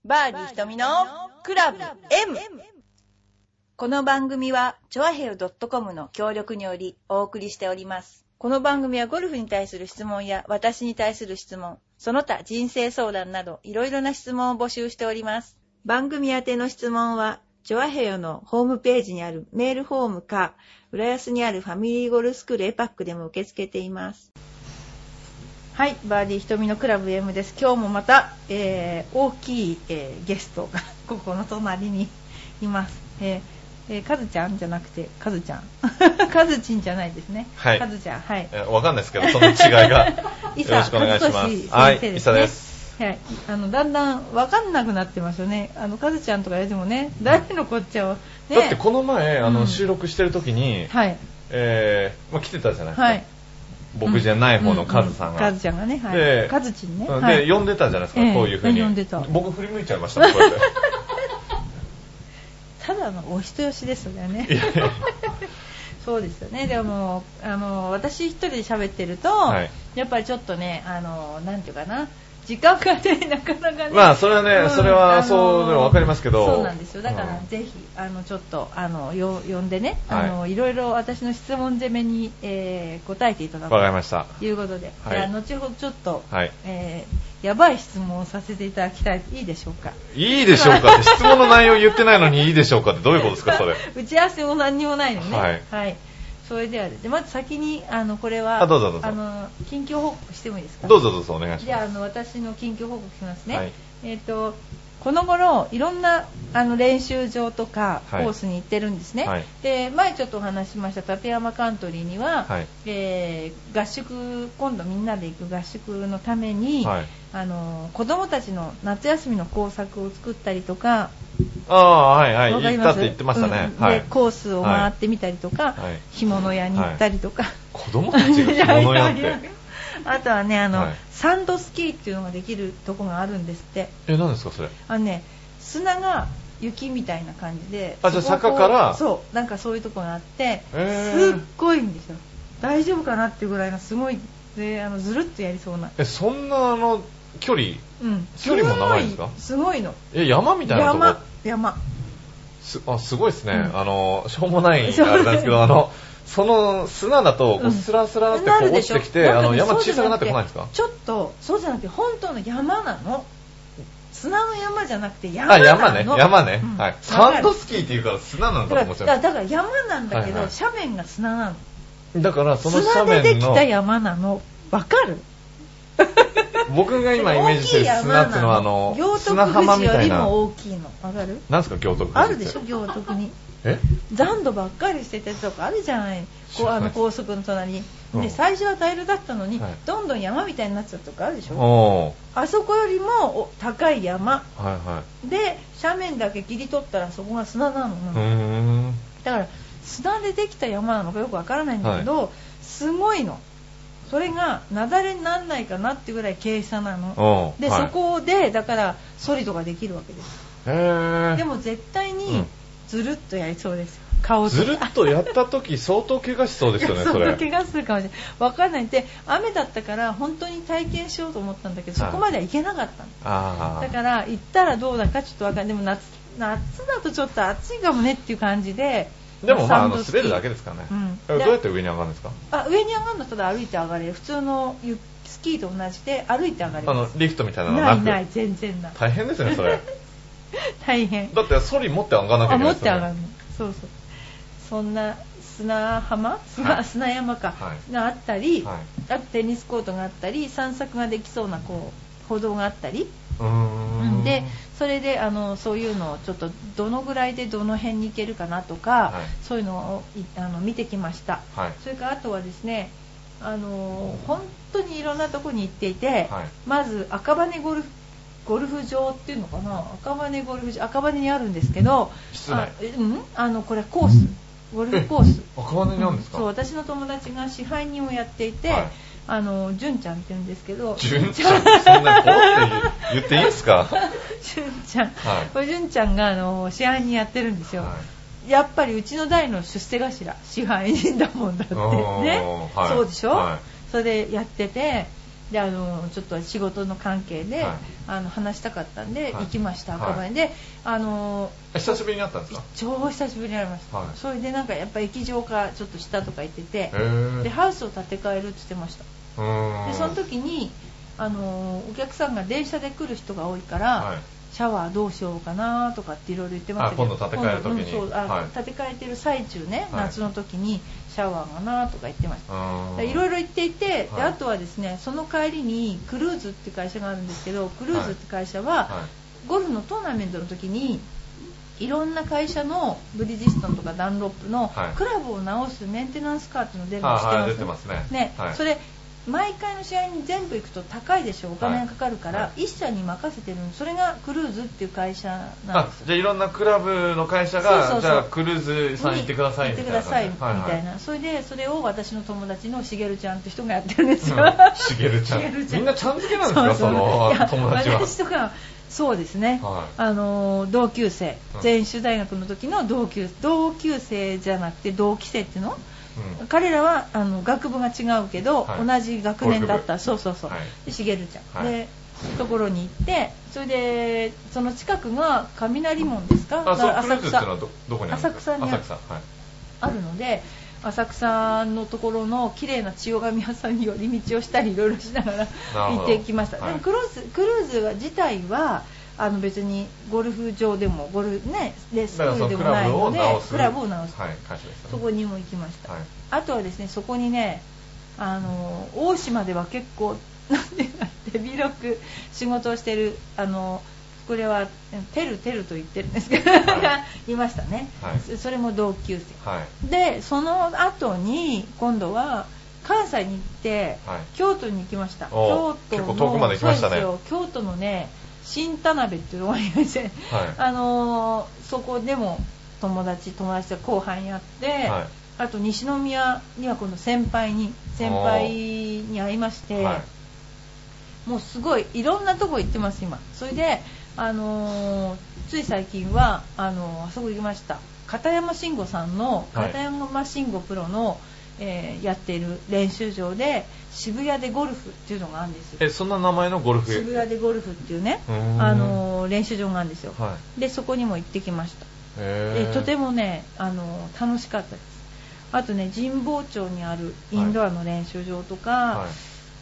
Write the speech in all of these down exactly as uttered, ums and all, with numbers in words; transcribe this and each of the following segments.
バーディー瞳のクラブ M。 この番組はチョアヘヨ .com の協力によりお送りしております。この番組はゴルフに対する質問や私に対する質問、その他人生相談などいろいろな質問を募集しております。番組宛ての質問はチョアヘヨのホームページにあるメールフォームか、浦安にあるファミリーゴルフスクールエパックでも受け付けています。はい、バーディー瞳のクラブ M です。今日もまた、えー、大きい、えー、ゲストがここの隣にいます。えーえー、カズちゃんじゃなくてカズちゃんカズチンじゃないですね。はい、カズちゃん、はい。 わかんないですけどその違いがよろしくお願いします。はい、イサです。 はい、あのだんだんわかんなくなってますよね。あのカズちゃんとか言ってもね、誰のこっちゃを、ね、 だってこの前あの、うん、収録してる時に、はい、えーまあ、来てたじゃないですか。はい、僕じゃない方のカズさんが、 カズちゃんがね、はい、 でカズチンね、 で、 はい、 呼んでたじゃないですか、えー、こういう風に呼んでた。 僕振り向いちゃいましたもんこうやってただのお人よしですよねそうですよね。でもあの私一人で喋ってると、はい、やっぱりちょっとね、あのなんていうかな、時間がね、なかなかね、 まあそれはね、うん、それはそうでも分かりますけど、 そうなんですよ。だから、うん、ぜひあのちょっとあのよ呼んでね、あの、はい、いろいろ私の質問攻めに、えー、答えていただくということで、はい、で後ほどちょっと、はい、えー、やばい質問をさせていただきたい。いいでしょうか。 いいでしょうかって質問の内容言ってないのにいいでしょうかってどういうことですかそれ。 打ち合わせも何にもないのね。はい、はい、それではですね、まず先にあのこれはあどうぞどうぞ、 あの近況報告してもいいですか。 どうぞどうぞお願いします。 じゃあ、あの私の近況報告しますね。はい、えっとこの頃いろんなあの練習場とかコースに行ってるんですね。はい、で前ちょっとお話ししました立山カントリーには、はい、えー、合宿、今度みんなで行く合宿のために、はい、あの子どもたちの夏休みの工作を作ったりとか、 ああ、はいはい、行ったって言ってましたね。 うん、で、はい、コースを回ってみたりとか、はい、干物屋に行ったりとか、はい、 子供たちが干物屋ってあとはね、あの、はい、サンドスキーっていうのができるとこがあるんですって。 え、何ですかそれ。 あのね、砂が雪みたいな感じで、 あ、じゃあ坂からそうなんかそういうとこがあって、すっごいんですよ。大丈夫かなっていうぐらいのすごいで、あのずるっとやりそうな。 え、そんなあの距離、うん、距離も長いんですか。 すごいの。 え、山みたいなとこ。 山山。 すあすごいですね。うん、あのしょうもないあれなんですけど、あのその砂だとこうスラスラってこう落ちてきて、うん、あの山小さくなってこないんですか。 ちょっとそうじゃなくて本当の山なの。砂の山じゃなくて山なの。あ、 山ね、山ね、うん、はい。サンドスキーっていうから砂なのかと思っちゃう。 だから山なんだけど、はいはい、斜面が砂なの。だからその斜面の砂でできた山なの。わかる？ 僕が今イメージしてる砂っていうのはあの砂浜みたいな。 行徳富士よりも大きいの。わかる？ なんですか行徳富士って。 あるでしょ行徳に。え？残土ばっかりしてたとかあるじゃない。こうあの高速の隣に。 うん、 で最初は平らだったのに、はい、どんどん山みたいになっちゃったとかあるでしょ。あそこよりも高い山、はいはい、で斜面だけ切り取ったらそこが砂なの。 うーん、 だから砂でできた山なのかよくわからないんだけど、はい、すごいの。それが雪崩にならないかなってぐらい傾斜なので、はい、そこでだからソリドができるわけです。 へー。 でも絶対にずるっとやりそうです。 顔ずるっとやった時相当怪我しそうですよね。それ相当怪我するかもしれない。分かんないで、雨だったから本当に体験しようと思ったんだけど、そこまでは行けなかったの。あだから行ったらどうだかちょっと分かんない。でも 夏, 夏だとちょっと暑いかもねっていう感じで。 でもまあ、あの滑るだけですからね、うん、どうやって上に上がるんですか。 あ、上に上がるのはただ歩いて上がれる。普通のスキーと同じで歩いて上がれる。 あのリフトみたいなのなく。 ないない、全然ない。 大変ですねそれ大変だってソリ持って上がらなきゃいけないですよね。 あ、持って上がるの。そうそう、そんな砂浜 砂,、はい、砂山か、はい、があったり、はい、あとテニスコートがあったり散策ができそうなこう歩道があったり、うーんでそれであのそういうのをちょっとどのぐらいでどの辺に行けるかなとか、はい、そういうのをあの見てきました、はい、それからあとはですね、あの本当にいろんなところに行っていて、はい、まず赤羽ゴルフゴルフ場っていうのかな、赤羽ゴルフ場、赤羽にあるんですけど、あ、うん、あのこれコース、ゴルフコース。 赤羽にあるんですか。 うん、そう、私の友達が支配人をやっていて、はい、あの純ちゃんって言うんですけど、 純ちゃんそんなポって言っていいですか。 純ちゃん、はい、これ純ちゃんがあの支配人やってるんですよ。はい、やっぱりうちの代の出世頭、支配人だもんだってね、はい、そうでしょ。はい、それでやってて。 であのちょっと仕事の関係で、はい、あの話したかったんで、はい、行きました赤羽、はい、であの久しぶりに会ったんですか？ 超久しぶりに会いました、はい、それでなんかやっぱ液状化ちょっとしたとか言ってて、でハウスを建て替えるって言ってました。でその時にあのお客さんが電車で来る人が多いから、はい、シャワーどうしようかなとかっていろいろ言ってましたけど、 今度建て替える時に、 うん、そうあ、はい、建て替えてる最中ね、はい、夏の時にシャワーがなとか言ってました。いろいろ言っていて、はい、であとはですね、その帰りにクルーズって会社があるんですけど、クルーズって会社は、はいはい、ゴルフのトーナメントの時にいろんな会社のブリヂストンとかダンロップのクラブを直すメンテナンスカーっていうの出るの知ってます？はい、 出てますね。 ね、 はい、 それ毎回の試合に全部行くと高いでしょ、お金がかかるから、はい、一社に任せてるの、それがクルーズっていう会社なんです。 あ、じゃあいろんなクラブの会社が、そうそうそう、じゃあクルーズさん行ってくださいみたいな。行ってくださいみたいな、はいはい、それでそれを私の友達のしげるちゃんって人がやってるんですよ。 しげるちゃん。みんなちゃん付けなんですか？そうそう、その友達は。 私とかそうですね、はい、あの同級生、全州大学の時の同級同級生じゃなくて同期生っていうの、うん、彼らはあの学部が違うけど、はい、同じ学年だった。そうそうそう、はい、しげるちゃん、はい、でところに行って、それでその近くが雷門ですか？ あ、そう、浅草っていうのは ど, どこにあるんですか？ 浅草にあ る, 浅草、はい、 あるので、浅草のところの綺麗な千代紙屋さんに寄り道をしたりいろいろしながら行ってきました。でもクルーズ、クルーズ自体はあの別にゴルフ場でもゴルフねレスクールでもないので、クラブを直す、はい、会社ですね、そこにも行きました、はい、あとはですね、そこにね、あの大島では結構手広く仕事をしてる、あのこれはテルテルと言ってるんですけど、はい、いましたね、はい、それも同級生、はい、でその後に今度は関西に行って、はい、京都に行きました。京都の結構遠くまで行きましたね。 そうですよ、京都のね新田辺っていうのがありまして、はい、あのー、そこでも友達友達と後輩に会って、はい、あと西宮には今度先輩に先輩に会いまして、はい、もうすごいいろんなとこ行ってます今。それで、あのー、つい最近はあのー、あそこ行きました。片山慎吾さんの片山慎吾プロの、えー、やっている練習場で渋谷でゴルフっていうのがあるんですよ。 え、そんな名前のゴルフ？ 渋谷でゴルフっていうね、あのー、練習場があるんですよ、はい、でそこにも行ってきました。でとてもね、あのー、楽しかったです。あとね、神保町にあるインドアの練習場とか、はいはい、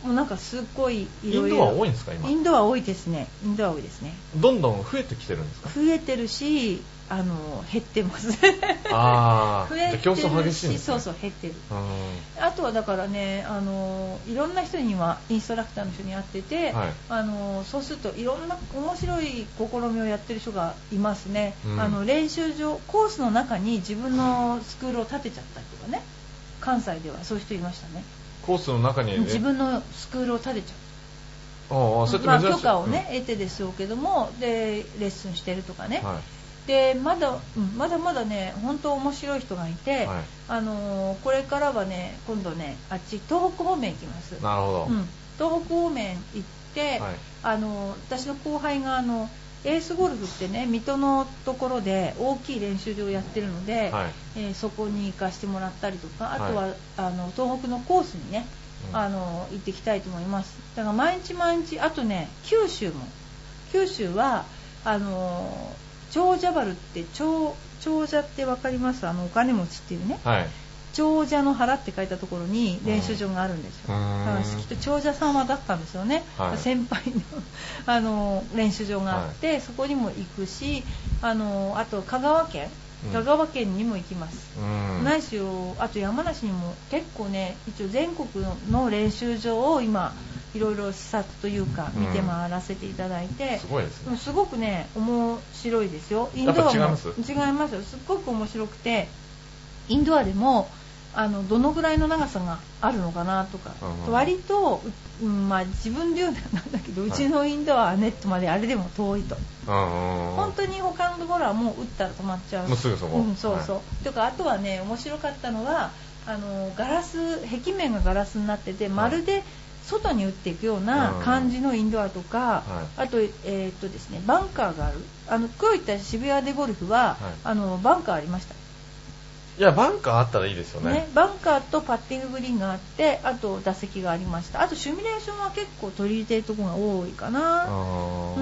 もうなんかすっごいいろいろ。 インドア多いんですか今？ インドア多いですね。インドア多いですね。 どんどん増えてきてるんですか？ 増えてるし、あの減ってます。 ああ、じゃあ競争激しいんですね。 そうそう、減ってる。あとはだからね、あのいろんな人にはインストラクターの人に会ってて、はい、あのそうするといろんな面白い試みをやってる人がいますね、うん、あの練習場コースの中に自分のスクールを建てちゃったりとかね、関西ではそういう人いましたね。 コースの中に、ね、 自分のスクールを建てちゃう。 ああ、そうやって珍しい。 まあ、許可をね、うん、得てですよけども、でレッスンしてるとかね、はい、でまだ、うん、まだまだね本当面白い人がいて、はい、あのー、これからはね今度ねあっち東北方面行きます。 なるほど、 うん、東北方面行って、はい、あのー、私の後輩があのエースゴルフってね水戸のところで大きい練習場をやってるので、はい、えー、そこに行かしてもらったりとか、あとは、はい、あの東北のコースにね、うん、あの行ってきたいと思います。だから毎日毎日、あとね九州も九州はあの長者原って長長者って分かります？あのお金持ちっていうね、はい、長者の原って書いたところに練習場があるんですよ、うん、だからきっと長者様だったんですよね、はい、先輩 の, あの練習場があって、はい、そこにも行くし、あのあと香川県香川県にも行きます、うん、ないしよ、あと山梨にも結構ね、一応全国の練習場を今いろいろ視察というか見て回らせていただいて、うん、すごいですね。すごくね面白いですよ。インドアも違います？違いますよ。すっごく面白くて、インドアでもあのどのぐらいの長さがあるのかなとか、うん、割と、うん、まあ自分で言うのなんだけど、はい、うちのインドアはネットまであれでも遠いと、うん、本当に他のところはもう打ったら止まっちゃう。 もうすぐそこ、 うん、そうそう、はい、とかあとはね面白かったのはあのガラス壁面がガラスになってて、まるで外に打っていくような感じのインドアとか、はい、あと、えーっとですね、バンカーがある。あの今日言った渋谷でゴルフは、はい、あのバンカーありました。 いやバンカーあったらいいですよ ね, ねバンカーとパッティンググリーンがあって、あと打席がありました。あとシミュレーションは結構取り入れてるところが多いかな。 あ,、うん、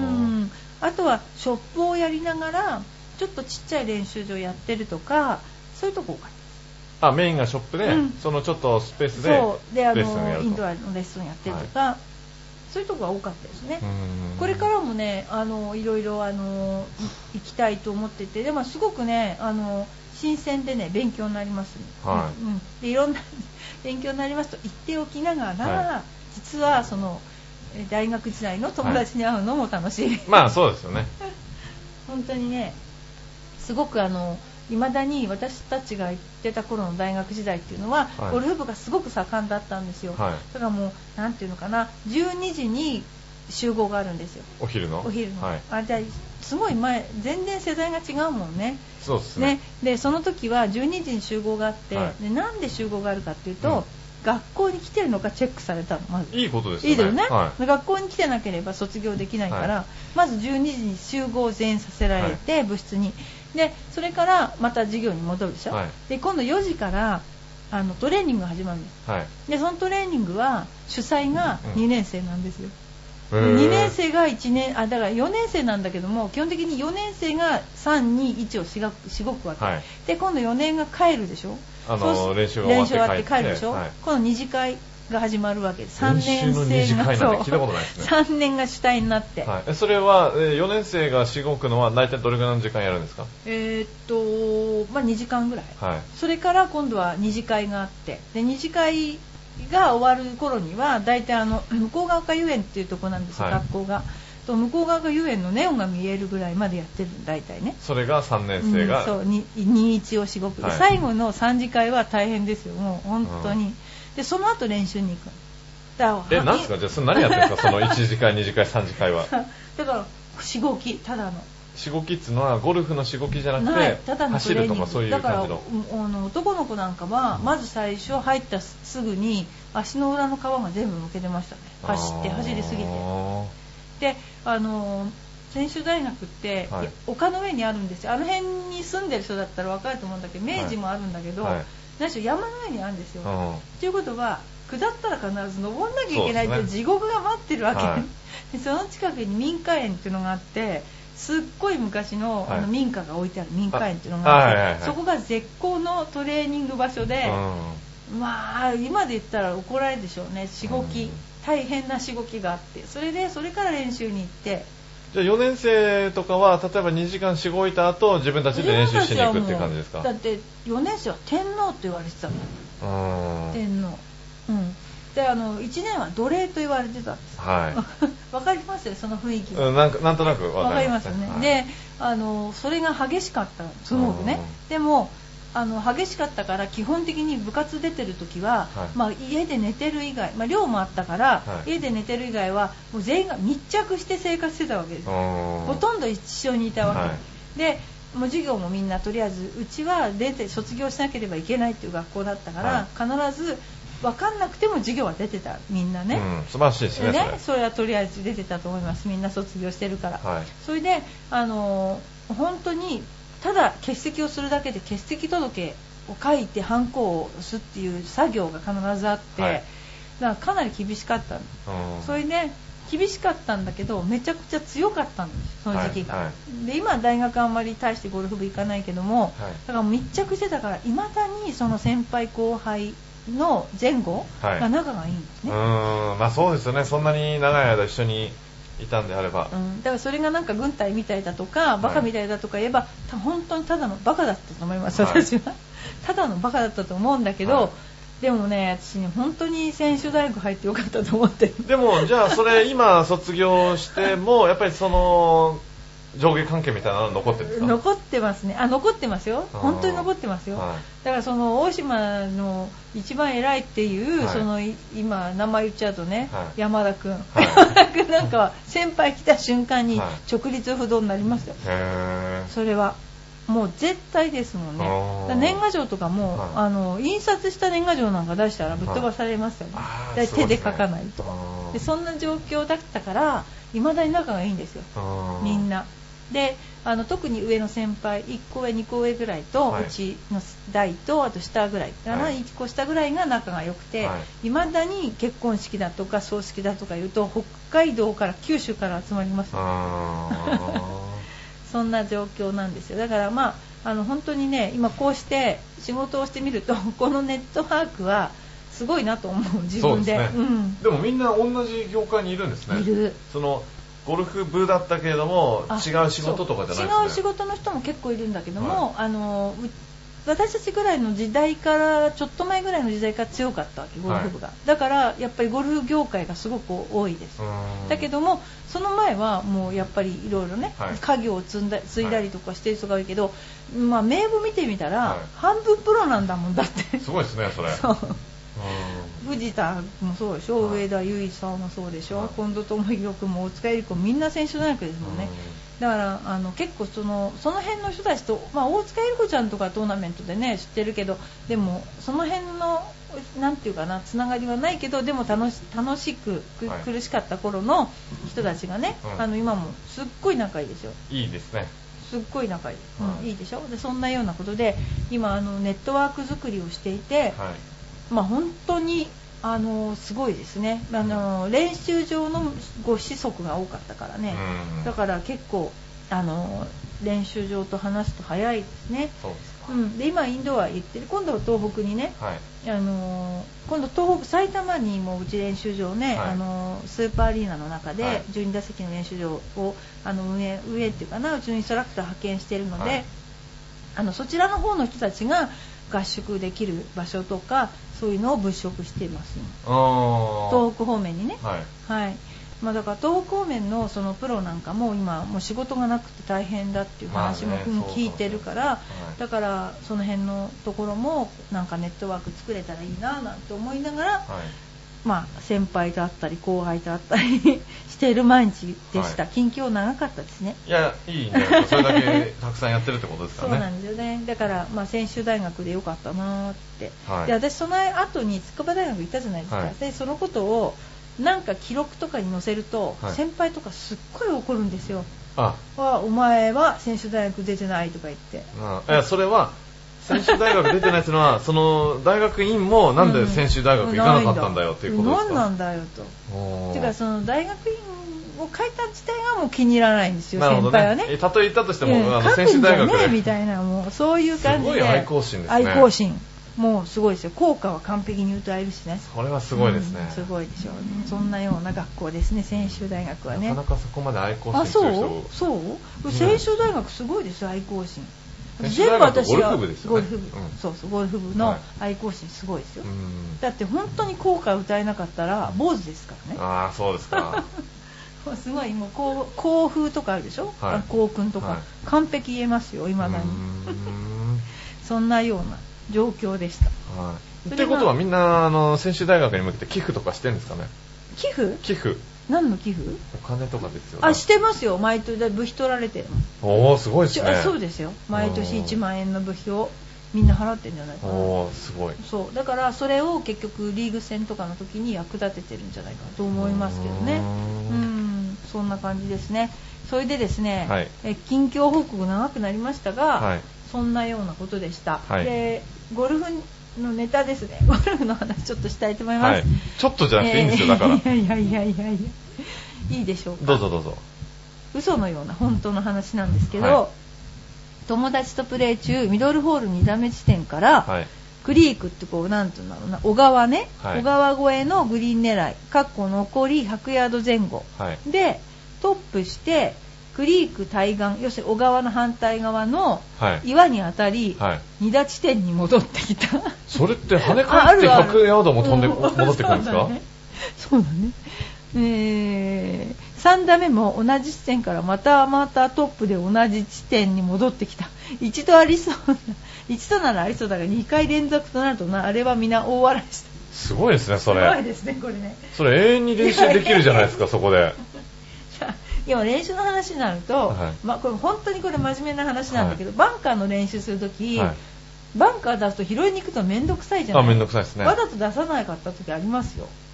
あとはショップをやりながらちょっとちっちゃい練習場やってるとか、そういうところがあメインがショップで、うん、そのちょっとスペースでそうであのレッスンやると、 インドアのレッスンやってるとか、はい、そういうところが多かったですね。これからもね、あのいろいろあの行きたいと思ってて、でもすごくね、あの新鮮でね勉強になります、ね、はいうん、でいろんな勉強になりますと言っておきながら、はい、実はその大学時代の友達に会うのも楽しい、はい、 まあそうですよね本当にね、すごくあの未だに私たちが行ってた頃の大学時代っていうのは、はい、ゴルフ部がすごく盛んだったんですよ、はい、だからもうなんていうのかな、じゅうにじに集合があるんですよ、 お昼のお昼の、 はい、 あじゃあすごい前、全然世代が違うもんね。 そうですね。 ねでその時はじゅうにじに集合があって、はい、でなんで集合があるかっていうと、うん、学校に来てるのかチェックされたの。まずいいことですよね。 いいだよね、 はい、 学校に来てなければ卒業できないから、はい、まずじゅうにじに集合全員させられて、はい、部室にでそれからまた授業に戻るでしょ、はい、で今度よじからあのトレーニングが始まるんです、はい、でそのトレーニングは主催がにねん生なんですよ、うん、にねん生がいちねんあだからよねん生なんだけども、基本的によねん生がさんにいちをしごくわけ、はい、で今度よねんが帰るでしょ、 あの練習が終わって帰るでしょ、はい、この二次会が始まるわけです。さんねん生が練習の二次会なんて聞いたことないですね。 さんねんが主体になって、 はい、それはよねん生がしごくのは大体どれぐらいの時間やるんですか？ えー、っとまあにじかんぐらい、はい、それから今度は二次会があって、で二次会が終わる頃には大体あの向こうが丘遊園っていうところなんですよ、はい、学校がと向こうが丘遊園のネオンが見えるぐらいまでやってる大体ね。 それがさんねん生が、 うん、そうににいちをしごく、はい、最後のさん次会は大変ですよ、もう本当に、うん、でその後練習に行く。 だえ何ですか、じゃあそれ何やってるんですかそのいち次会に次会さん次会はだからしごき、ただのしごきっていうのはゴルフのしごきじゃなくてただの走るとかそういう感じの。だからあの男の子なんかはまず最初入ったすぐに足の裏の皮が全部むけてましたね、走って走りすぎて。であの専修大学って、はい、丘の上にあるんですよ。あの辺に住んでる人だったら分かると思うんだけど、明治もあるんだけど、はいはい、何しろ山の上にあるんですよ。ということは下ったら必ず登んなきゃいけないって地獄が待ってるわけ、はい、でその近くに民家園っていうのがあって、すっごい昔 の,、はい、あの民家が置いてある民家園っていうのがあって、はいはいはい、そこが絶好のトレーニング場所で、うん、まあ今で言ったら怒られるでしょうね。しごき、うん、大変なしごきがあって、それでそれから練習に行って。 じゃあよねん生とかは例えばにじかんしごいた後自分たちで練習しに行くっていう感じですか？ だってよねん生は天皇って言われてたの。天皇、うん、であのいちねんは奴隷と言われてたんです。はい。わかりますよその雰囲気、 うん、なんかなんとなくわかりますね。 わかりますよね。はい、であのそれが激しかったすごくね。でもあの激しかったから基本的に部活出てる時は、はい、まあ、家で寝てる以外、まあ、寮もあったから、はい、家で寝てる以外はもう全員が密着して生活してたわけです。ほとんど一緒にいたわけ、はい、でもう授業もみんなとりあえずうちは出て卒業しなければいけないっていう学校だったから、はい、必ず分かんなくても授業は出てたみんなね、 うん、素晴らしいですね。 ね、それはとりあえず出てたと思います。みんな卒業してるから、はい、それであの本当にただ欠席をするだけで欠席届を書いてハンコを押すっていう作業が必ずあって、はい、だからかなり厳しかった。それで厳しかったんだけどめちゃくちゃ強かったんですその時期が、はいはい、で今大学あんまり大してゴルフ部行かないけども、はい、だから密着してたからいまだにその先輩後輩の前後が仲がいいんですね、はい、うーん、まあそうですよね。そんなに長い間一緒にいたんであれば、 うん、だからそれがなんか軍隊みたいだとかバカみたいだとか言えば、はい、本当にただのバカだったと思います、はい、私はただのバカだったと思うんだけど、はい、でもね私ね本当に専修大学入ってよかったと思ってる。 でもじゃあそれ今卒業してもやっぱりその上下関係みたいなの残ってるんですか？ 残ってますね。あ、残ってますよ。本当に残ってますよ、はい、だからその大島の一番偉いっていう、はい、その今名前言っちゃうとね、はい、山田くん、はい、山田くんなんかは先輩来た瞬間に直立不動になりましたよ、はい、それはもう絶対ですもんね。年賀状とかも、はい、あの印刷した年賀状なんか出したらぶっ飛ばされますよね、はい、だ手で書かないと。 でそんな状況だったから未だに仲がいいんですよみんなで。 あの特に上の先輩いっこ上にこ上ぐらいと、はい、うちの代とあと下ぐらいかな、はい、いっこ下ぐらいが仲が良くて、はい、未だに結婚式だとか葬式だとかいうと北海道から九州から集まります。そんな状況なんですよ。だからまああの本当にね今こうして仕事をしてみるとこのネットワークはすごいなと思う自分で。そうですね。うん、 でもみんな同じ業界にいるんですね。 いる。 そのゴルフ部だったけれども違う仕事とかじゃないですね。 違う仕事の人も結構いるんだけども、はい、あの私たちぐらいの時代からちょっと前ぐらいの時代から強かったわけゴルフ部が、はい、だからやっぱりゴルフ業界がすごく多いです。だけどもその前はもうやっぱりいろいろね、はい、家業を積んだ継いだりとかしてる人が多いけど、はい、まあ名簿見てみたら、はい、半分プロなんだもんだってすごいですねそれ。 そう藤田もそうでしょ、はい、上田結衣さんもそうでしょ、はい、近藤智弘君も大塚恵理子みんな選手大学ですもんね。だからあの結構そのその辺の人たちと、まあ、大塚恵理子ちゃんとかトーナメントでね知ってるけどでもその辺のなんていうかなつながりはないけどでも楽し、楽しく、はい、苦しかった頃の人たちがね、うん、あの今もすっごい仲いいですよ。 いいですね。 すっごい仲いい、うん、いいでしょ。でそんなようなことで今あのネットワーク作りをしていて、はいまあ、本当にあのすごいですね。あの練習場のご子息が多かったからね、うん、だから結構あの練習場と話すと早いですね。 そうですか。 うん、で今インドア行ってる今度は東北にね、はい、あの今度東北埼玉にもうち練習場ね、はい、あのスーパーアリーナの中でじゅうに打席の練習場をあの運営運営っていうかなうちのインストラクター派遣してるので、はい、あのそちらの方の人たちが合宿できる場所とかそういうのを物色しています。東北方面にね、はいはいまあ、だから東北方面 の, そのプロなんかも今もう仕事がなくて大変だっていう話も聞いてるから、まあねはい、だからその辺のところもなんかネットワーク作れたらいいななんて思いながら、はいまあ、先輩と会ったり後輩と会ったりしている毎日でした、はい、近況長かったですね。 いやいいんじゃないですか。それだけたくさんやってるってことですからね。 そうなんですよね。だから、まあ、専修大学でよかったなって、はい、で私その後に筑波大学行ったじゃないですか、はい、でそのことをなんか記録とかに載せると、はい、先輩とかすっごい怒るんですよ。あお前は専修大学出てないとか言って、 あいやそれは専修大学出てないっていうのはその大学院もなんで専修大学行かなかったんだよっていうことですか。 何なんだよと。てかその大学院を書いた自体がもう気に入らないんですよ。先輩はね。 たとえ言ったとしても、うん、あの専修大学でみたいなもうそういう感じで。 すごい愛好心ですね。 愛好心。もうすごいですよ。校歌は完璧に歌えるしね。 それはすごいですね。 うん、すごいでしょう、ね。そんなような学校ですね。専修大学はね。 なかなかそこまで愛好心という人。 あ、そう？そう？専修大学すごいですよ。愛好心。全部私はゴルフ部ですよね。ゴルフ部、うん、そうそうゴルフ部の愛好心すごいですよ。はい、だって本当に校歌歌えなかったら坊主ですからね。 ああそうですか。 すごいもう校風とかあるでしょ。はい、校訓とか、はい、完璧言えますよ未だに。そんなような状況でした。 はい。ということはみんなあの専修大学に向けて寄付とかしてるんですかね。 寄付？ 寄付。 何の寄付？ お金とかですよね。 あ、してますよ。毎年部費取られてる。 おお、すごいですね。 そうですよ。毎年いちまんえんの部費をみんな払ってるんじゃないかな。 おお、すごい。 そうだからそれを結局リーグ戦とかの時に役立ててるんじゃないかと思いますけどね。うん、そんな感じですね。それでですね、はい、え近況報告長くなりましたが、はい、そんなようなことでした。はい、でゴルフのネタですね。ゴルフの話ちょっとしたいと思います。はい、 ちょっとじゃなくていいんですよ、だから。 いやいやいやいやいや。いいでしょうか。 どうぞどうぞ。 嘘のような本当の話なんですけど、はい、友達とプレー中ミドルホールに打目地点から、はい、クリークってこうなんていうんだろうな小川ね、はい、小川越えのグリーン狙いかっこ残りひゃくヤード前後、はい、でトップしてクリーク対岸要するに小川の反対側の岩に当たり、はい、に打地点に戻ってきた。 それって跳ね返ってひゃくヤードも飛んで、うん、戻ってくるんですか。 そうだね。えー、さん打目も同じ地点からまたまたトップで同じ地点に戻ってきた。一度ありそうな一度ならありそうだがにかい連続となるとなあれはみんな大笑いした。 すごいですねそれ。 すごいですねこれね。 それ永遠に練習できるじゃないですかそこで。 いや練習の話になると、はい、まあ、これ本当にこれ真面目な話なんだけど、はい、バンカーの練習するとき、はい、バンカー出すと拾いに行くと面倒くさいじゃない。 あ、面倒くさいですね。 わざと出さなかった時ありますよ。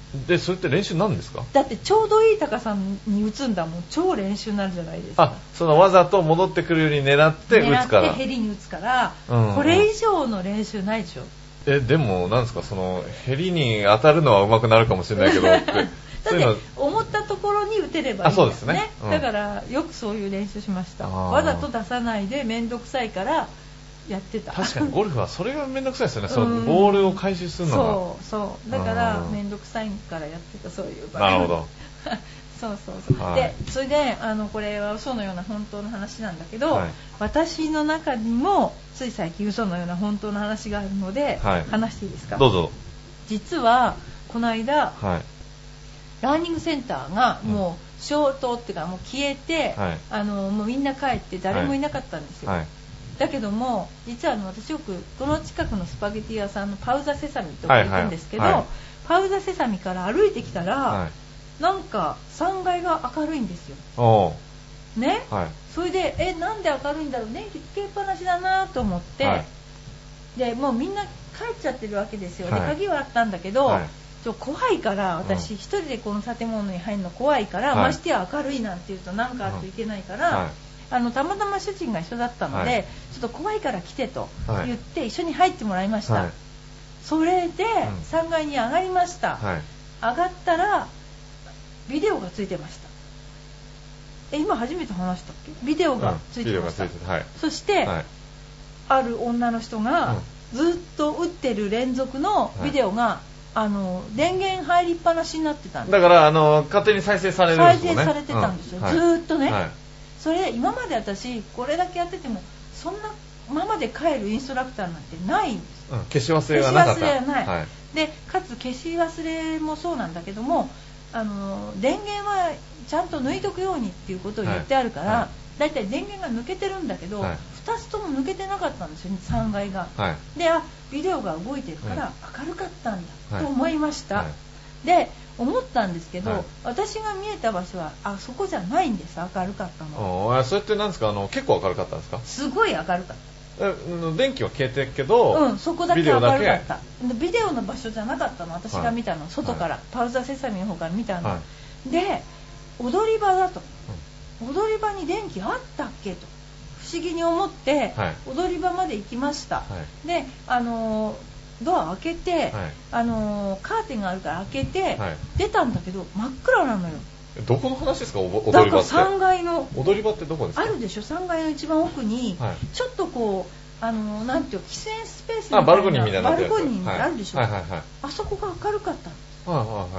でそれって練習なんですか？ だってちょうどいい高さに打つんだもん。超練習になるじゃないですか。 あ、そのわざと戻ってくるように狙って打つから。 狙ってヘリに打つから、 うんうん、 これ以上の練習ないでしょ。 え、でもなんですか、そのヘリに当たるのは上手くなるかもしれないけどってだって思ったところに打てればいいんですね。 あ、そうですね、うん、 だからよくそういう練習しました。わざと出さないで面倒くさいからやってた。 確かにゴルフはそれが面倒くさいですよね。そのボールを回収するのが。 そうそう。だから面倒くさいからやってた、そういう場合。 なるほど。 そうそうそう。はい、でそれであのこれは嘘のような本当の話なんだけど、はい、私の中にもつい最近嘘のような本当の話があるので、はい、話していいですか？ どうぞ。 実はこの間、 はい、 ラーニングセンターがもう消灯っていうかもう消えて、はい、あのもうみんな帰って誰もいなかったんですよ。はいはい、だけども実はあの私よくこの近くのスパゲティ屋さんのパウザセサミとか行くんですけど、はいはいはい、パウザセサミから歩いてきたら、はい、なんかさんがいが明るいんですよ。ね、はい、それでえなんで明るいんだろう、電気つけっぱなしだなと思って、はい、でもうみんな帰っちゃってるわけですよ。はい、で鍵はあったんだけど、はい、ちょ怖いから私一人でこの建物に入るの怖いから、はい、ましてや明るいなんて言うとなんかあるといけないから、はい、あのたまたま主人が一緒だったので、はい、ちょっと怖いから来てと言って一緒に入ってもらいました。はい、それでさんがいに上がりました。はい、上がったらビデオがついてました。え今初めて話したっけ？ビデオがついてました。うんはい、そして、はい、ある女の人がずっと打ってる連続のビデオが、はいあの電源入りっぱなしになってたんです。 だからあの勝手に再生されるんですよね。 再生されてたんですよ、うん、ずーっとね、はい、それで今まで私これだけやっててもそんなままで帰るインストラクターなんてないんです、 うん、消し忘れがなかった。 消し忘れはない、はい、でかつ消し忘れもそうなんだけどもあの電源はちゃんと抜いとくようにっていうことを言ってあるから、はいはい、だいたい電源が抜けてるんだけど、はい、ふたつとも抜けてなかったんですよさんがいが、はい、であビデオが動いてるから明るかったんだ、はい、と思いました、はい、で思ったんですけど、はい、私が見えた場所はあそこじゃないんです。明るかったの。 あそれって何ですか？あの結構明るかったんですか？ すごい明るかった。 え電気は消えてるけど、 うん、そこだけ明るかった。ビデオの場所じゃなかったの私が見たの、はい、外から、はい、パウザセサミの方から見たの、はい、で踊り場だと、うん、踊り場に電気あったっけと不思議に思って、はい、踊り場まで行きました、はい、であのードア開けて、はい、あのー、カーテンがあるから開けて、はい、出たんだけど真っ暗なのよ。 どこの話ですか？踊り場って。 だからさんがいの踊り場ってどこですか？ あるでしょさんがいの一番奥に、はい、ちょっとこうあのー、なんていう喫煙スペースみたいなあバルコニーみたいなバルコニーあるでしょ、 はいはいはいはい、 あそこが明るかったの、 はいはいはい、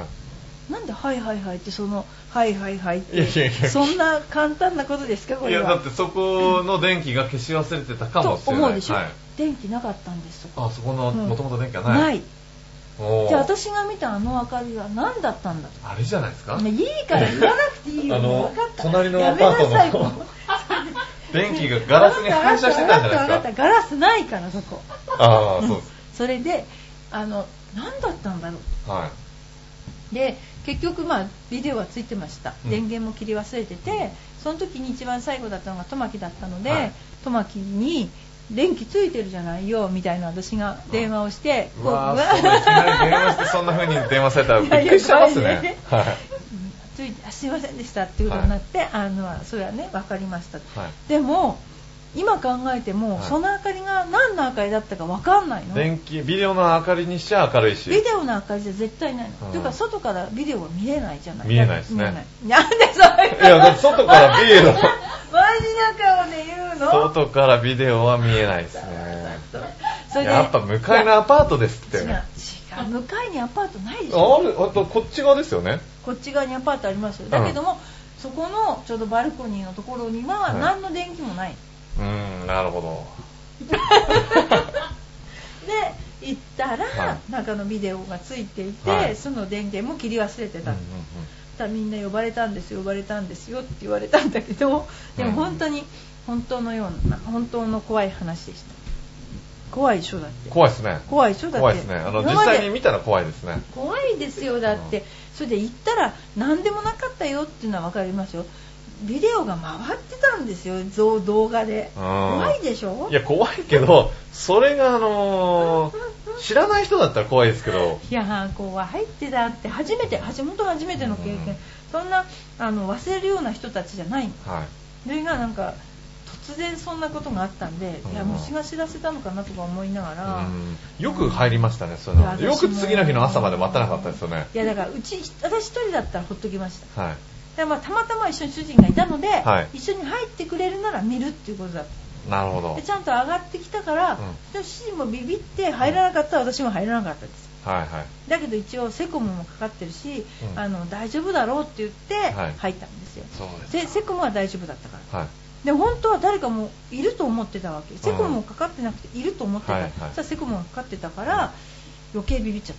なんではいはいはいってそのはいはいはいっていやいやいやそんな簡単なことですかこれは。 いやだってそこの電気が消し忘れてたかもしれない、 と思うでしょ、はい、電気なかったんですそこ。 あそこのもともと電気がない、 ない。で私が見たあの明かりは何だったんだと。 あれじゃないですか。 いいから言わなくていいよ。 あの分かった隣のアパートの電気がガラスに反射してたんじゃないですか。 分かったガラスないからそこ。 ああそうです。 それであの何だったんだろう。はい。で結局まあビデオはついてました、うん、電源も切り忘れててその時に一番最後だったのがトマキだったので、はい、トマキに電気ついてるじゃないよみたいな私が電話をして、 うん、うわーそういきなり電話してそんな風に電話されたらびっくりしちゃいますね。はい、 ついてすいませんでしたっていうことになって、はい、あのそれはね分かりました、はい、でも今考えても、はい、その明かりが何の明かりだったか分かんないの。 電気ビデオの明かりにしちゃ明るいしビデオの明かりじゃ絶対ないの、うん、というか外からビデオは見れないじゃない。 見えないですね。 なんでそういういやだって外からビデオマジな顔で言うの。 外からビデオは見えないですね。それでやっぱ向かいのアパートですって。違う違う向かいにアパートないでしょ。 あるあとこっち側ですよね。 こっち側にアパートありますよ。だけども、うん、そこのちょうどバルコニーのところには何の電気もない、はい、 うーんなるほど。 で行ったら、はい、中のビデオがついていて、はい、その電源も切り忘れてた、うんうんうん、みんな呼ばれたんですよ呼ばれたんですよって言われたんだけどでも本当に本当のような本当の怖い話でした。怖いでしょだって。 怖いですね。 怖いでしょだって。 怖いですね。あの実際に見たら怖いですね。 怖いですよだって、うん、それで行ったら何でもなかったよっていうのは分かりますよ。ビデオが回ってたんですよ動画で。怖いでしょ。 いや怖いけどそれがあのー、 知らない人だったら怖いですけど、 いやこう入ってたって初めて初本当初めての経験、うん、そんなあの忘れるような人たちじゃないの、はい、それがなんか突然そんなことがあったんで、うん、いや虫が知らせたのかなとか思いながら、うん、 よく入りましたね、そのよく次の日の朝まで待たなかったですよね。 いやだからうち私一人だったらほっときました、はい、でまあ、たまたま一緒に主人がいたので、はい、一緒に入ってくれるなら見るっていうことだった。 なるほど。 でちゃんと上がってきたから、うん、主人もビビって入らなかったら私も入らなかったです、はいはい、だけど一応セコムもかかってるし、うん、あの大丈夫だろうって言って入ったんですよ、はい、でセコムは大丈夫だったから、はい、で本当は誰かもいると思ってたわけ。セコムもかかってなくていると思ってた、はいはい、さあセコムがかかってたから余計ビビっちゃった。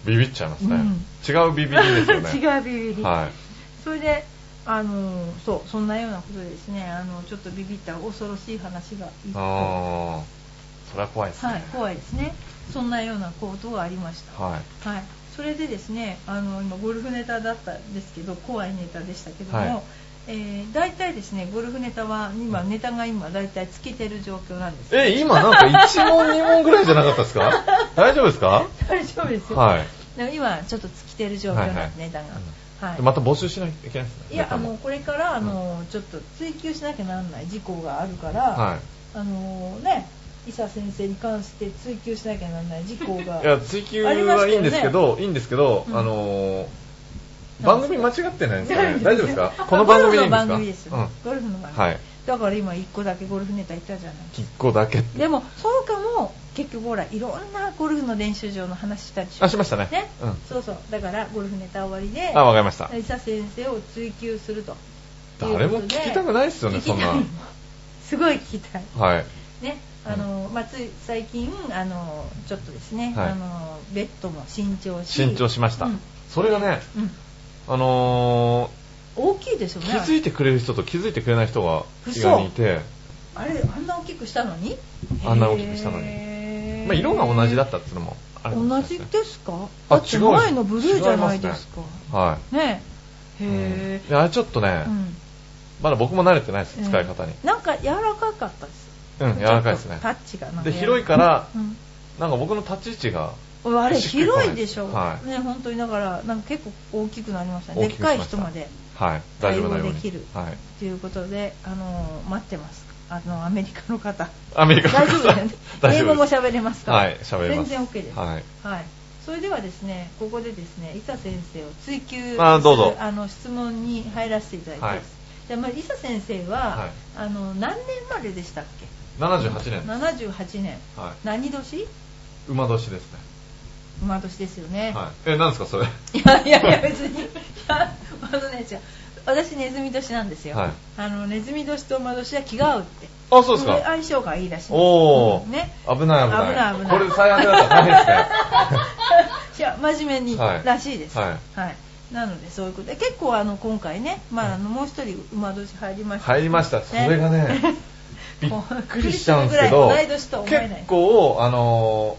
ビビっちゃいますね、うん、違うビビりですよね違うビビり、はい、それであのそうそんなようなことでですね、あのちょっとビビった恐ろしい話が一個、あそれは怖いですね、 はい、怖いですね。そんなようなことがありました、はいはい、それでですね、あの今ゴルフネタだったんですけど怖いネタでしたけども、はい、えー、大体ですねゴルフネタは今ネタが今大体尽きてる状況なんです。 え今なんかいち問に問ぐらいじゃなかったですか大丈夫ですか大丈夫ですよ、はい、でも今ちょっと尽きてる状況なんです、はいはい、ネタが、はい、 また募集しなきゃいけないですね。 いやあのこれからあの、うん、ちょっと追求しなきゃならない事項があるから、はい、あのね伊佐先生に関して追求しなきゃならない事項がいや追求はいいんですけどいいんですけど、うん、あの番組間違ってないんですかね。大丈夫ですか。この番組でいいんですか。ゴルフの番組ですよ、うん、ゴルフの番組、はい、だから今いっこだけゴルフネタ言ったじゃないですか。いっこだけでもそうかも結局ほらいろんなゴルフの練習場の話したでしょ。 あしましたね、 ね、うん、そうそうだからゴルフネタ終わりであわかりました。 伊佐先生を追求すると誰も聞きたくないですよねそんなすごい聞きたい、 はいね、あの、まあ、つい最近あのちょっとですね、はい、あのベッドも新調し新調しました、うん、それがね、うん、あのー、大きいですよね。 気づいてくれる人と気づいてくれない人が意外にいて、 あれあんな大きくしたのにあんな大きくしたのに、まあ、色が同じだったっていうのもあるんですね。 同じですか。だって前のブルーじゃないですか。 すね、はいねへえ、うん、あれちょっとね、うん、まだ僕も慣れてないです、使い方に、 うん、なんか柔らかかったです。 うん柔らかいですね。 タッチがなんかで広いから、うん、なんか僕の立ち位置があれ広いでしょ、はい、ね本当にだからなんか結構大きくなりましたね。でっかい人まで対応できるということで、あの待ってます。あのアメリカの方アメリカの方大丈夫ですね英語も喋れますか。 はい喋れます。 全然 OK です、はいはい、それではですねここでですね伊佐先生を追求するあ, どうぞあの質問に入らせていただきます、はい、じゃあ、まあ、伊佐先生は、はい、あの何年生まれでしたっけ。 ななじゅうはちねんななじゅうはちねん、はい、何年。 馬年ですね。 馬年ですよね、 はい、え何ですかそれ。 いやいやいや別にいやあのね違う私ネズミ年なんですよ、はい、あのネズミ年と馬年は気が合うって。 あそうですか。 相性がいいらしいです。 おお、うん、ね、危ない危ない危ない危ないこれ最悪だったら大変ですねいや真面目に、はい、らしいです、 はいはい、なのでそういうことで結構あの今回ね、まあ、あのもう一人馬年入りました、ね、 入りました。それがねびっくりしちゃうんですけど結構あの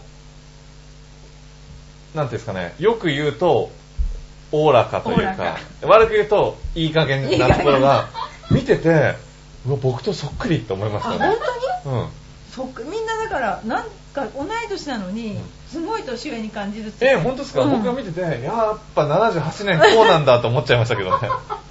ー、なんていうんですかねよく言うとおおらかというか悪く言うといい加減なところが見ててうわ僕とそっくりって思いましたね。 あ本当に、うん、そっくみんなだからなんか同い年なのにすごい年上に感じるって。 えー、本当ですか、うん、僕が見ててやっぱななじゅうはちねんこうなんだと思っちゃいましたけどね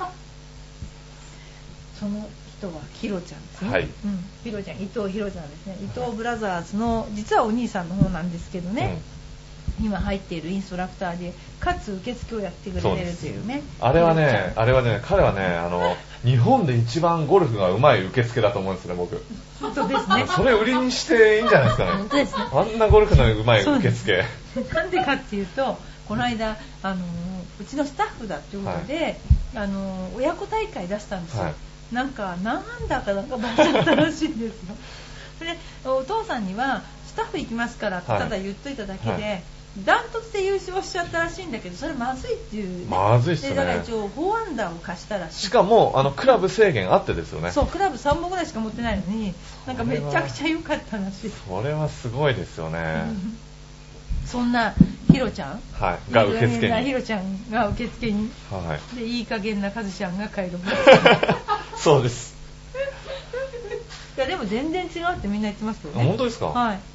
その人はヒロちゃんですね、 はい、 うん、ヒロちゃん伊藤ヒロちゃんですね。伊藤ブラザーズの実はお兄さんの方なんですけどね、うん、今入っているインストラクターでかつ受付をやってくれてるというね。 あれはねあれはね彼はねあの日本で一番ゴルフがうまい受付だと思うんですね僕。 本当ですね。 それ売りにしていいんじゃないですかね。 本当ですね。 あんなゴルフのうまい受付なんでかっていうとこの間あのうちのスタッフだっていうことで、はい、あの親子大会出したんですよ、はい、なんかなんだかなんかバズったらしいんですよそれでお父さんにはスタッフ行きますからってただ言っといただけで、はいはい、ダントツで優勝しちゃったらしいんだけどそれまずいっていう、ね、 まずいっすね。 でだから一応よんアンダーを貸したらしい。 しかもあのクラブ制限あってですよね。 そうクラブさんぼんぐらいしか持ってないのになんかめちゃくちゃ良かったらしい。 それはすごいですよねそんなヒロちゃん、 はい、が受付にヒロちゃんが受付に、 はい、 でいい加減なカズちゃんが帰るそうですいやでも全然違うってみんな言ってますよね。 本当ですか。 はい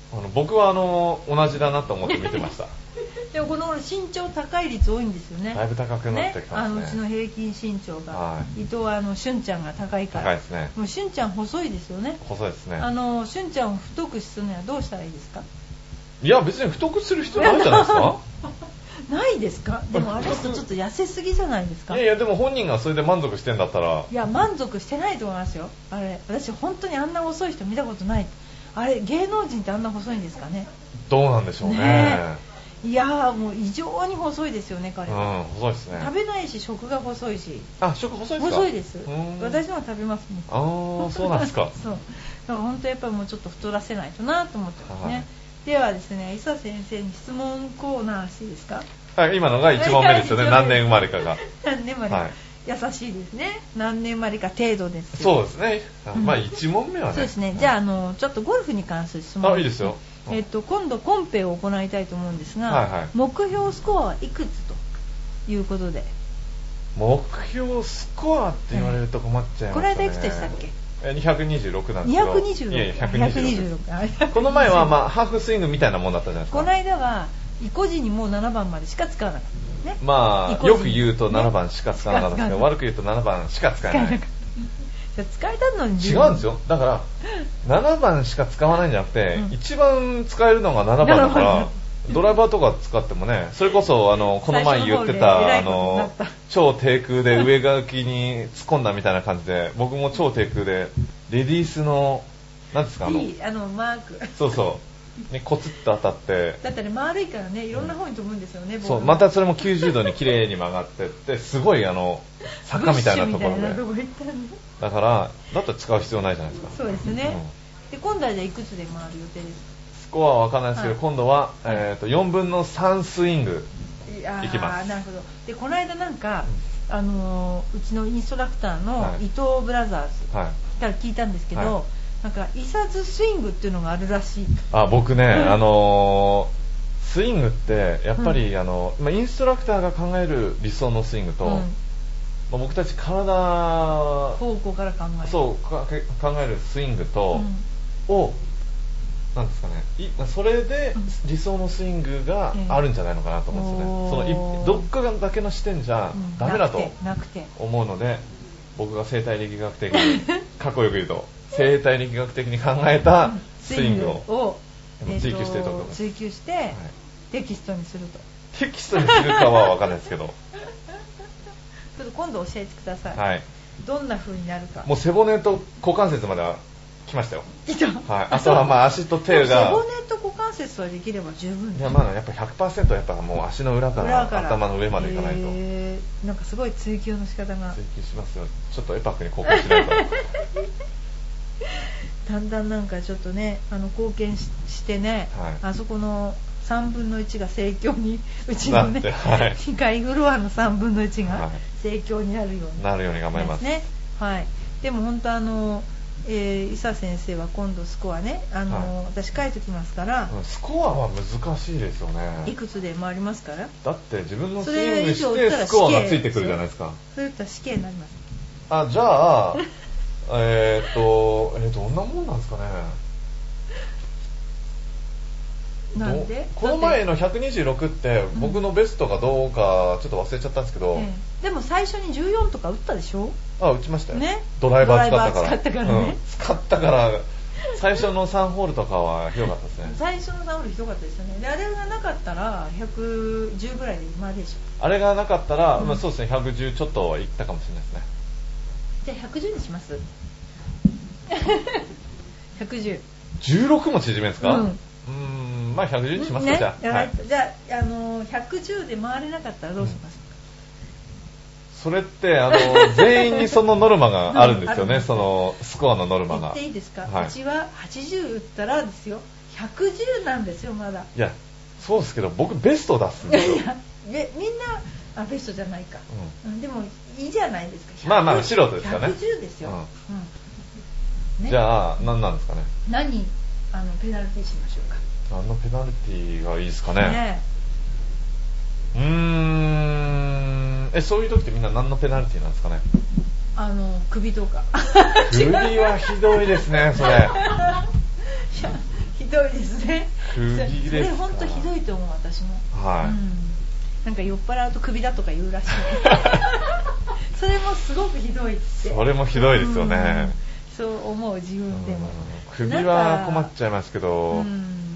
あの僕はあの同じだなと思って見てましたでもこの身長高い率多いんですよね。 だいぶ高くなってきますね。 ね、あのうちの平均身長が、 はい、 伊藤はあのしゅんちゃんが高いから。 高いですね。 もうしゅんちゃん細いですよね。 細いですね。 あのしゅんちゃんを太くするにはどうしたらいいですか？ いや別に太くする必要ないんじゃないですかないですか？でもあれだとちょっと痩せすぎじゃないですか？ いやいやでも本人がそれで満足してんだったら。 いや満足してないと思いますよ。あれ私本当にあんな細い人見たことない。あれ芸能人ってあんな細いんですかね？ どうなんでしょうね。 ねいやーもう異常に細いですよね彼は。 うん細いですね。 食べないし食が細いし。 あ食細いですか？ 細いです。私のは食べますね。 ああそうなんですか。 そうだから本当やっぱりもうちょっと太らせないとなと思ってますね。はい、ではですね伊佐先生に質問コーナーしていいですか？ はい今のがいち問目ですよね。何年生まれかが。 何年生まれか、はい、優しいですね。何年生まれか程度ですけど。そうですね。うん、まあいち問目はね。 そうですね。じゃああのちょっとゴルフに関する質問。 あいいですよ。 えっと、今度コンペを行いたいと思うんですが、 はいはい、 目標スコアはいくつということで。 目標スコアって言われると困っちゃいますね。 これ間いくつでしたっけ？ にひゃくにじゅうろくなんですけど。 にひゃくにじゅうろく。 いやいやひゃくにじゅうろく。 ひゃくにじゅうろくこの前はまあハーフスイングみたいなもんだったじゃないですか。 この間は意固地にもうななばんまでしか使わなかった、ね。 まあよく言うとななばんしか使わなかったんですけど、ね、悪く言うとななばんしか使えない。 使えたのに違うんですよ。だからななばんしか使わないんじゃなくて、うん、一番使えるのがななばんだからドライバーとか使ってもね、それこそあのこの前言ってたあの超低空で上書きに突っ込んだみたいな感じで、僕も超低空でレディースのなんですかあのあのマークそうそうねコツッと当たってだってね丸いからねいろんな方に飛ぶんですよね、うん、 そうまたそれもきゅうじゅうどに綺麗に曲がってってすごいあの坂みたいなところでだからだったら使う必要ないじゃないですか。 そうですね、うん、で今度はじゃあいくつで回る予定ですか？ スコアは分かんないですけど、はい、今度は、えー、とよんぶんのさんスイングいきます。 なるほど。でこの間なんか、うんあのー、うちのインストラクターの伊藤ブラザーズから聞いたんですけど、はい、なんかイサズスイングっていうのがあるらしい。 あ僕ね、あのー、スイングってやっぱり、うん、あのまあ、インストラクターが考える理想のスイングと、うんまあ、僕たち体方向から考えるそうか考えるスイングと、うん、をなんですかね、いそれで理想のスイングがあるんじゃないのかなと思うんですよね、うん、そのどっかだけの視点じゃダメだと思うので、僕が生態力学的にかっこよく言うと生態力学的に考えたスイングを追求していると思います。 追求して、はい、テキストにすると。 テキストにするかは分かんないですけどちょっと今度教えてください、 はい、 どんな風になるか。 もう背骨と股関節までは来ましたよ。 いた、 はい、あとはまあ足と手が背骨と股関節はできれば十分です。 いやまあやっぱ ひゃくパーセント やっぱもう足の裏から頭の上までいかないと、 えー、なんかすごい追求の仕方が追求しますよ。ちょっとエパックに貢献しないとだんだんなんかちょっとねあの貢献 し, してね、はい、あそこのさんぶんのいちが盛況にうちのね、はい、ガイグロアのさんぶんのいちが盛況になるように、 なるように頑張りますね。 はい。でも本当あのえー、伊佐先生は今度スコアねあの、はい、私書いてきますからスコアは難しいですよね。 いくつで回りますから。 だって自分のスイングしてスコアがついてくるじゃないですか。 そういったら試験になります。 あじゃあえっとえー、どんなもんなんですかね。 なんでこの前のひゃくにじゅうろくって僕のベストがどうかちょっと忘れちゃったんですけど、うんええ、でも最初にじゅうよんとか打ったでしょ。 あ打ちましたよ、 ね、 ドライバー使ったから使ったからね、うん、 使ったから最初のさんホールとかはひどかったですね。 最初のさんホールひどかったですよね。であれがなかったらひゃくじゅうぐらいで回るでしょ。 あれがなかったら、うんまあ、そうですねひゃくじゅうちょっとはいったかもしれないですね。 じゃあひゃくじゅうにしますひゃくじゅうじゅうろくも縮めですか。うん、うーんまあひゃくじゅうにしますか、ね、じゃあ、はい、 じゃあ、あのひゃくじゅうで回れなかったらどうしますか。うんそれってあの全員にそのノルマがあるんですよね、うん、そのスコアのノルマが。 言っていいですか、はい、うちははちじゅう打ったらですよひゃくじゅうなんですよまだ。 いやそうですけど僕ベスト出すんですよ。いやみんなあベストじゃないか、うん、でもいいじゃないですか。 まあまあ素人ですかね。 ひゃくじゅうですよ、うんうんね、じゃあ何なんですかね。 何あのペナルティーしましょうか。 何のペナルティーがいいですかね。 ねうーんえそういう時ってみんな何のペナルティーなんですかね。 あの首とか首はひどいですねそれ。いやひどいですね。 首ですか。 それ本当ひどいと思う私も。 はい。うん、 なんか酔っ払うと首だとか言うらしい。それもすごくひどいって。 それもひどいですよね。うん、 そう思う自分でも。 首は困っちゃいますけど。うん、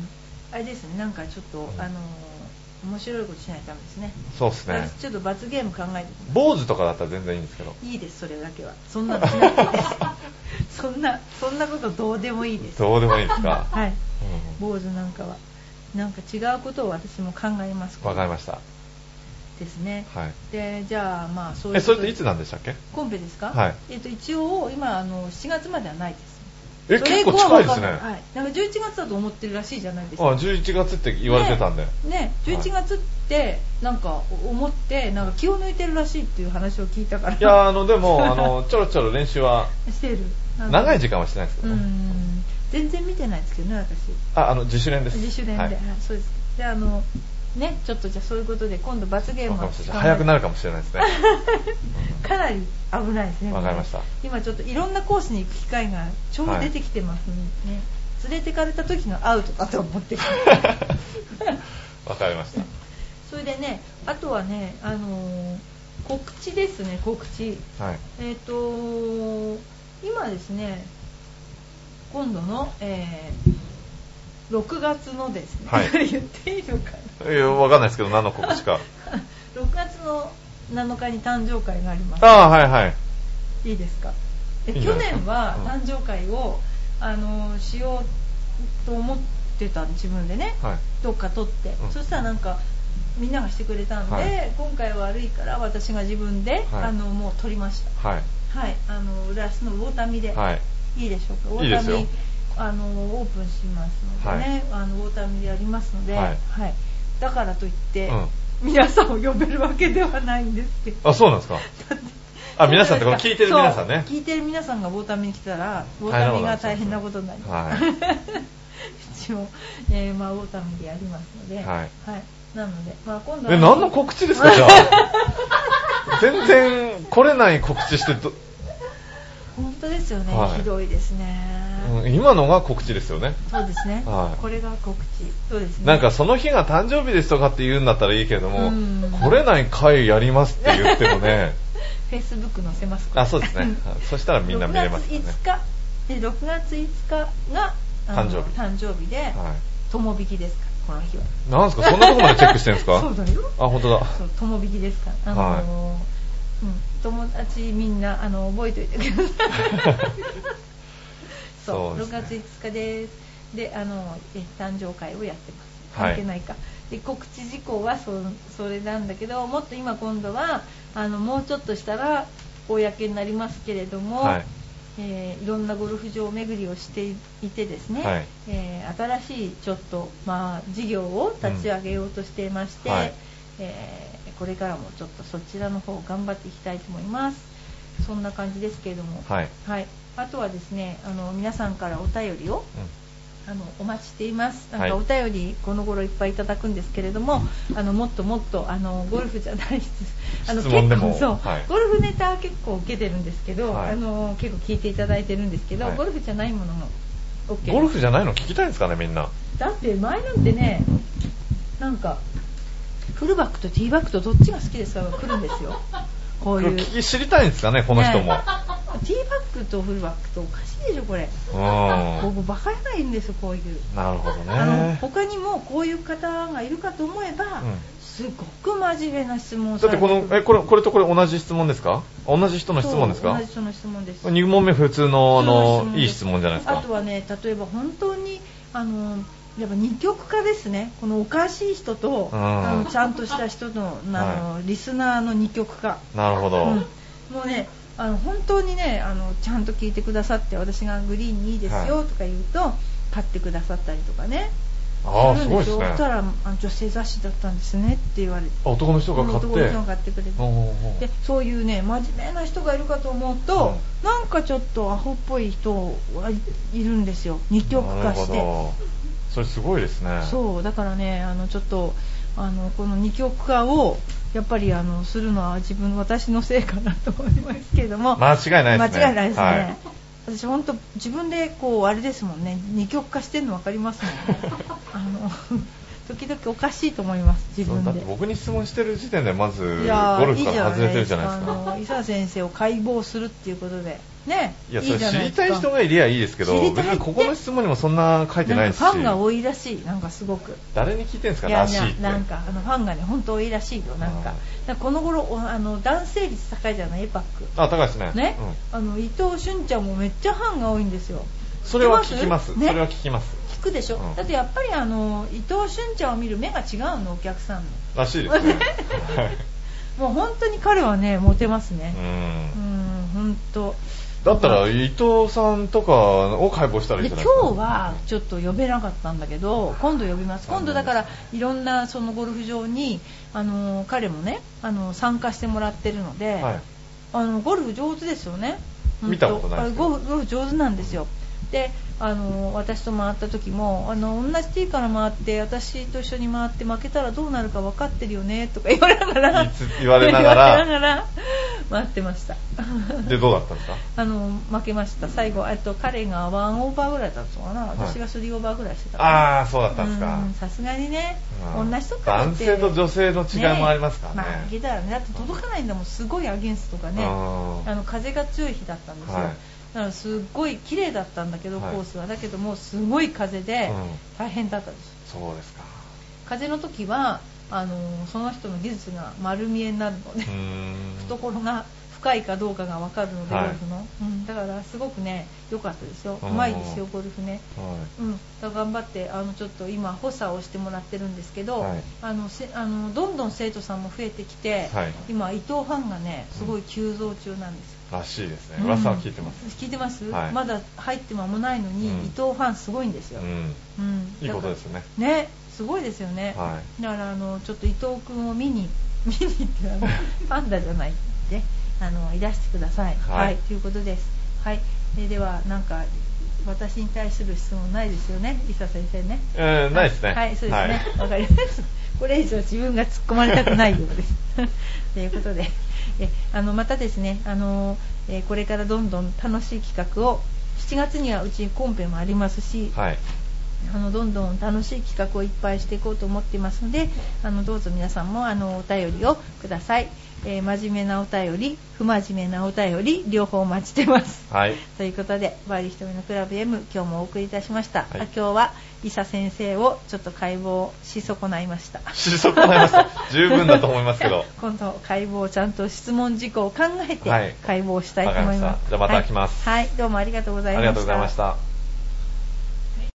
あれですね。なんかちょっと、うん、あの面白いことしないとダメですね。 そうですね。 ちょっと罰ゲーム考えて。 坊主とかだったら全然いいんですけど。 いいですそれだけは。そんなのしなくていいです。そんなそんなことどうでもいいです。 どうでもいいですか。 はい。うん、坊主なんかはなんか違うことを私も考えます。 わかりました。 ですね。 はい。 でじゃあまあそういう。 えそれっていつなんでしたっけ？ コンペですか？ はい。 えっと一応今あのしちがつまではないです。 え結構近いですね。はい。 なんかじゅういちがつだと思ってるらしいじゃないですか。 あじゅういちがつって言われてたんで。 ね、ねじゅういちがつってなんか思ってなんか気を抜いてるらしいっていう話を聞いたから。 いやあのでもあのちょろちょろ練習はしてる。 長い時間はしてないですけどね。 うん全然見てないですけどね私。 ああの自主練です。 自主練で、はい、そうです。であの。ね、ちょっとじゃあそういうことで今度罰ゲームを早くなるかもしれないですね。 かなり危ないですね。 わかりました。 今ちょっといろんなコースに行く機会がちょうど出てきてますね。はい、連れてかれた時のアウトだと思ってわかりました。 それでね、あとはね、あのー、告知ですね、告知。 はい、 えっと今ですね、今度の、えーろくがつのですね、はい、言っていいのかな。 いやわかんないですけど何の告知か。 ろくがつのなのかに誕生会があります。 ああはいはい。 いいですか。え去年は誕生会を、うん、あのしようと思ってた自分でね、はい、どっか撮って、うん、そしたらなんかみんながしてくれたんで、はい、今回は悪いから私が自分で、はい、あのもう撮りました。はい。はい。あの浦安の魚民で、はい、いいでしょうか。魚民あのオープンしますのでね、はい、あの魚民でやりますので、はいはい、だからといって、うん、皆さんを呼べるわけではないんですけど。 あ、そうなんですか。あ、皆さんってこの聞いてる皆さんね。 聞いてる皆さんが魚民に来たら魚民が大変なことになります。はい、一応、えー、まあ魚民でやりますので、はいはい、なので、まあ、今度はえ何の告知ですかじゃあ。全然来れない告知してど。 本当ですよね、はい、ひどいですね、 うん、今のが告知ですよね。 そうですね、はい、これが告知。そうですね。 なんかその日が誕生日ですとかって言うんだったらいいけれども、来れない会やりますって言ってもね。 フェイスブック載せますか。あ、そうですね。そしたらみんな見れますね。 ろくがついつかでろくがついつかが誕生日誕生日で、はい、友引きですかこの日は。 なんですかそんなとこまでチェックしてるんですか。 そうだよ。 あ、本当だ。 そう友引きですか。あのーはいうん、友達みんなあの覚えておいてください。そう、そうですね、ろくがついつかです。で、あのえ誕生会をやってます。関係ないか。はい、で告知事項は そ, それなんだけど、もっと今今度はあのもうちょっとしたら公になりますけれども、はいえー、いろんなゴルフ場巡りをしていてですね、はいえー、新しいちょっとまあ事業を立ち上げようとしていまして。うんはいえーこれからもちょっとそちらの方頑張っていきたいと思います。そんな感じですけれども、はいはい、あとはですねあの皆さんからお便りを、うん、あのお待ちしています。なんかお便りこの頃いっぱいいただくんですけれども、はい、あのもっともっとあのゴルフじゃないあの質問でもそう、 はい、 ゴルフネタは結構受けてるんですけど、はい、あの結構聞いていただいてるんですけど、はい、ゴルフじゃないものも OK です。 ゴルフじゃないの聞きたいんですかねみんな。 だって前なんてねなんかフルバックとティーバックとどっちが好きですかが来るんですよ。こういう聞き知りたいんですかねこの人も、ね、 ティーバックとフルバックとおかしいでしょこれ。僕バカやないんですよこういう。 なるほどね。 あの他にもこういう方がいるかと思えば、うん、すごく真面目な質問をされてる。 だってこのえこれこれとこれ同じ質問ですか。同じ人の質問ですか。 同じ人の質問です。 に問目普通のあのいい質問じゃないですか。 あとはね例えば本当にあのやっぱ二極化ですね。このおかしい人と、うん、あのちゃんとした人の、あの、はい、リスナーの二極化。 なるほど、うん、 もうねあの本当にねあのちゃんと聞いてくださって私がグリーンにいいですよとか言うと、はい、買ってくださったりとかね。 ああすごいですね。 そしたらあの女性雑誌だったんですねって言われて。 男の人が買って。 男の人が買ってくれて。でそういうね真面目な人がいるかと思うと、うん、なんかちょっとアホっぽい人はいるんですよ。二極化して。 それすごいですね。 そうだからねあのちょっとあのこの二極化をやっぱりあのするのは自分私のせいかなと思いますけれども。 間違いないですね。 間違いないですね。 私本当自分でこうあれですもんね、二極化してるの分かりますもんねあの時々おかしいと思います自分で。 だって僕に質問してる時点でまずゴルフから外れてるじゃないですか。 いいじゃないですか。伊佐先生を解剖するっていうことでね。 いや、それ知りたい人がいりゃいいですけど、別にここの質問にもそんな書いてないし。 ファンが多いらしい、なんかすごく。 誰に聞いてるんですか、 らしいって。なんかあのファンがね本当多いらしいよ。なんかなんかこの頃あの男性率高いじゃない、エパック。 あ、高いですね。 ね、うん、あの伊藤俊ちゃんもめっちゃファンが多いんですよ。 それは聞きます。ね、それは聞きます。 聞くでしょ、うん、だってやっぱりあの伊藤俊ちゃんを見る目が違うの、お客さんの。 らしいですね。 もう本当に彼はねモテますね。うん、うん本当。 だったら伊藤さんとかを解剖したらいいじゃないですか。 今日はちょっと呼べなかったんだけど、今度呼びます。今度だからいろんなそのゴルフ場にあの彼もねあの参加してもらってるので、はい、あのゴルフ上手ですよね。 見たことないですけど。 ゴルフ上手なんですよ。であの私と回った時もあの同じティーから回って私と一緒に回って負けたらどうなるか分かってるよねとか言われながら言われながら言われながら回ってました。 でどうだったんですか？ あの負けました。最後えっと彼がワンオーバーぐらいだったのかな、はい、私がスリーオーバーぐらいしてたから。 ああそうだったんですか。 さすがにね、同じ人からって男性と女性の違いもありますからね。 ねまあいけたらね、だって届かないんだもん、すごいアゲンストとかね、あの風が強い日だったんですよ。はい、だからすっごい綺麗だったんだけど、はい、コースはだけどもすごい風で大変だったんです、 うん、そうですか。 風の時はあのその人の技術が丸見えになるので懐が深いかどうかが分かるので、はい、ゴルフの、うん、だからすごくね良かったですよ。うまいですよゴルフね、はいうん、だから頑張ってあのちょっと今補佐をしてもらってるんですけど、はい、あのせあのどんどん生徒さんも増えてきて、はい、今伊藤ファンがねすごい急増中なんです、 うん、らしいですね。噂は聞いてます、 うん、聞いてます、 はい、 まだ入って間もないのに、うん、伊藤ファンすごいんですよ、うんうん、いいことですよね。 ねすごいですよね、はい、だからあのちょっと伊藤君を見に見にってパンダじゃないってあのいらしてください、はい、はい、ということです。はい、えー、ではなんか私に対する質問ないですよね、伊佐先生ね。 えー、ないですね。 はい、そうですね。わ、はい、かります。これ以上自分が突っ込まれたくないようです。ということで、えあのまたですね、あの、えー、これからどんどん楽しい企画をしちがつにはうちコンペもありますし。はい。あのどんどん楽しい企画をいっぱいしていこうと思っていますので、あのどうぞ皆さんもあのお便りをください。えー、真面目なお便り、不真面目なお便り、両方お待ちしてます。はい。ということで、バーディーひとみのクラブ M、今日もお送りいたしました。はい、今日は伊佐先生をちょっと解剖し損ないました。 し損ないました。十分だと思いますけど。 今度解剖ちゃんと質問事項を考えて解剖したいと思います。 はい、じゃあまた来ます、 はい。はい、どうもありがとうございました。 ありがとうございました。